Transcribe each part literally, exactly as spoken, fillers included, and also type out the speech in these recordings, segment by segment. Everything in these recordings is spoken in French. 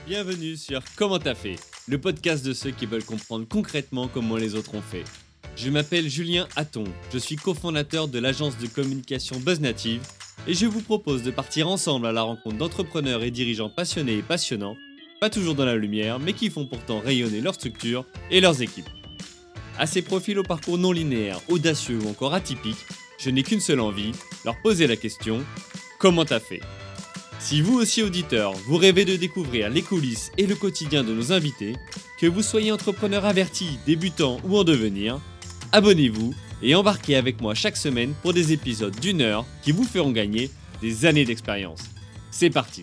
Bienvenue sur Comment t'as fait, le podcast de ceux qui veulent comprendre concrètement comment les autres ont fait. Je m'appelle Julien Hatton, je suis cofondateur de l'agence de communication BuzzNative et je vous propose de partir ensemble à la rencontre d'entrepreneurs et dirigeants passionnés et passionnants, pas toujours dans la lumière, mais qui font pourtant rayonner leur structure et leurs équipes. À ces profils au parcours non linéaire, audacieux ou encore atypiques, je n'ai qu'une seule envie, leur poser la question « Comment t'as fait ?» Si vous aussi auditeur, vous rêvez de découvrir les coulisses et le quotidien de nos invités, que vous soyez entrepreneur averti, débutant ou en devenir, abonnez-vous et embarquez avec moi chaque semaine pour des épisodes d'une heure qui vous feront gagner des années d'expérience. C'est parti.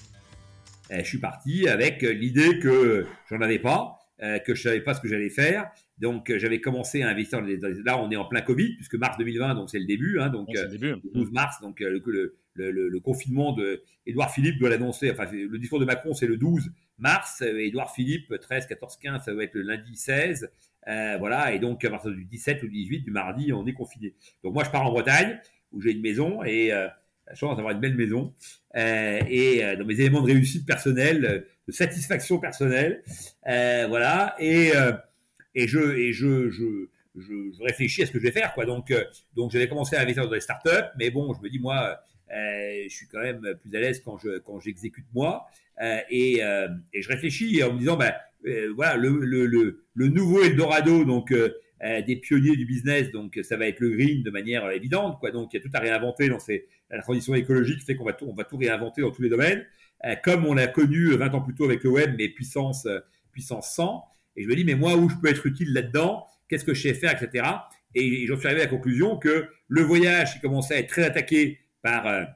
Je suis parti avec l'idée que j'en avais pas, que je savais pas ce que j'allais faire. Donc, j'avais commencé à investir. Dans les, là, on est en plein Covid, puisque mars deux mille vingt, donc c'est le début. Hein, donc, ouais, le, début. le douze mars, donc le, le, le, le confinement de Édouard Philippe doit l'annoncer. Enfin, le discours de Macron, c'est le douze mars. Édouard Philippe, treize, quatorze, quinze, ça va être le lundi seize. Euh, voilà. Et donc, à partir du dix-sept ou dix-huit, du mardi, on est confiné. Donc, moi, je pars en Bretagne, où j'ai une maison et euh, la chance d'avoir une belle maison. Euh, et euh, dans mes éléments de réussite personnelle, de satisfaction personnelle, euh, voilà. Et euh, Et je et je, je je je réfléchis à ce que je vais faire, quoi. Donc euh, donc j'avais commencé à investir dans des startups, mais bon, je me dis moi, euh, je suis quand même plus à l'aise quand je quand j'exécute moi, euh, et euh, et je réfléchis en me disant bah euh, voilà le le le le nouveau Eldorado, donc euh, euh, des pionniers du business, donc ça va être le green de manière évidente, quoi. Donc il y a tout à réinventer dans ces la transition écologique fait qu'on va tout on va tout réinventer dans tous les domaines, euh, comme on l'a connu vingt ans plus tôt avec le web, mais puissance euh, puissance cent. Et je me dis, mais moi, où je peux être utile là-dedans, qu'est-ce que je sais faire, et cetera. Et j'en suis arrivé à la conclusion que le voyage qui commençait à être très attaqué par euh,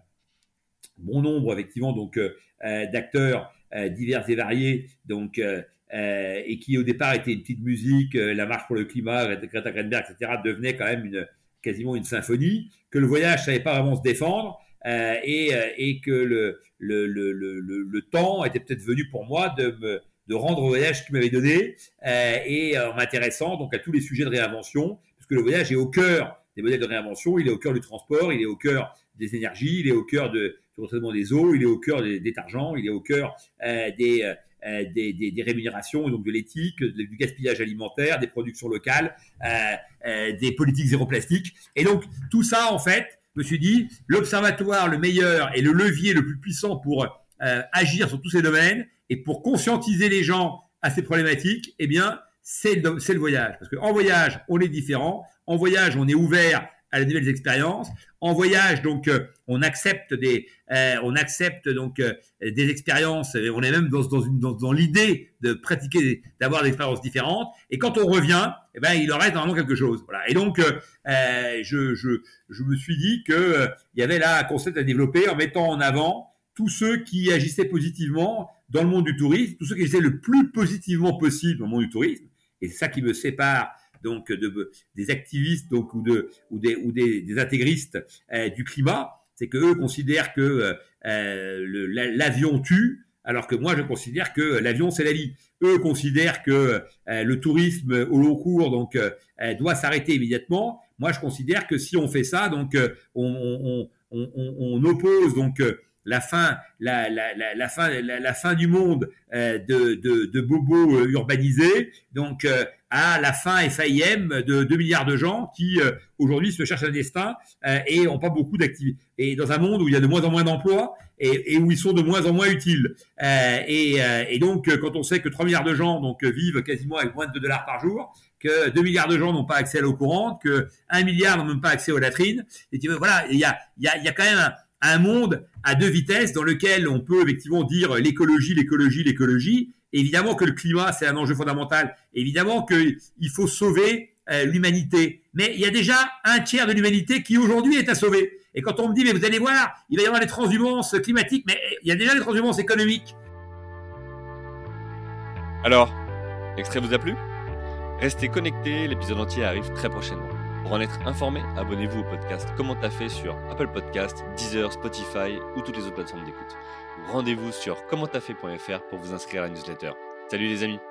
bon nombre, effectivement, donc euh, d'acteurs euh, divers et variés, donc euh, euh, et qui au départ était une petite musique, euh, la marche pour le climat, Greta Thunberg, et cetera, devenait quand même une, quasiment une symphonie, que le voyage savait pas vraiment se défendre, euh, et, euh, et que le, le, le, le, le, le temps était peut-être venu pour moi de me de rendre au voyage qu'il m'avait donné, euh, et en m'intéressant donc à tous les sujets de réinvention, parce que le voyage est au cœur des modèles de réinvention, il est au cœur du transport, il est au cœur des énergies, il est au cœur de, du retraitement des eaux, il est au cœur des détergents, il est au cœur euh, des, euh, des, des, des rémunérations, donc de l'éthique, du gaspillage alimentaire, des productions locales, euh, euh, des politiques zéro plastique. Et donc tout ça, en fait, je me suis dit, l'observatoire le meilleur et le levier le plus puissant pour euh, agir sur tous ces domaines, et pour conscientiser les gens à ces problématiques, eh bien, c'est le, c'est le voyage. Parce qu'en voyage, on est différent. En voyage, on est ouvert à de nouvelles expériences. En voyage, donc, euh, on accepte des, euh, on accepte donc euh, des expériences. Et on est même dans, dans, une, dans, dans l'idée de pratiquer, d'avoir des expériences différentes. Et quand on revient, eh ben, il en reste normalement quelque chose. Voilà. Et donc, euh, je, je, je me suis dit que euh, il y avait là un concept à développer en mettant en avant tous ceux qui agissaient positivement dans le monde du tourisme, tous ceux qui agissaient le plus positivement possible dans le monde du tourisme, et c'est ça qui me sépare donc de, des activistes donc ou de ou des ou des, des intégristes euh, du climat, c'est que eux considèrent que euh, le, l'avion tue, alors que moi je considère que l'avion c'est la vie. Eux considèrent que euh, le tourisme au long cours donc euh, doit s'arrêter immédiatement. Moi je considère que si on fait ça, donc euh, on, on, on, on, on oppose donc euh, la fin, la, la, la, la fin, la, la fin du monde euh, de, de, de bobos euh, urbanisés, donc euh, à la fin F I M de deux milliards de gens qui euh, aujourd'hui se cherchent un destin euh, et ont pas beaucoup d'activités. Et dans un monde où il y a de moins en moins d'emplois et, et où ils sont de moins en moins utiles. Euh, et, euh, et donc quand on sait que trois milliards de gens donc vivent quasiment avec moins de deux dollars par jour, que deux milliards de gens n'ont pas accès à l'eau courante, que un milliard n'ont même pas accès aux latrines, et tu vois, voilà, il y a, il y a, il y a quand même un, un monde à deux vitesses dans lequel on peut effectivement dire l'écologie, l'écologie, l'écologie. Évidemment que le climat, c'est un enjeu fondamental. Évidemment qu'il faut sauver euh, l'humanité. Mais il y a déjà un tiers de l'humanité qui aujourd'hui est à sauver. Et quand on me dit, mais vous allez voir, il va y avoir des transhumances climatiques, mais il y a déjà des transhumances économiques. Alors, l'extrait vous a plu ? Restez connectés, l'épisode entier arrive très prochainement. Pour en être informé, abonnez-vous au podcast Comment t'as fait sur Apple Podcasts, Deezer, Spotify ou toutes les autres plateformes d'écoute. Rendez-vous sur comment t'as fait point f r pour vous inscrire à la newsletter. Salut les amis!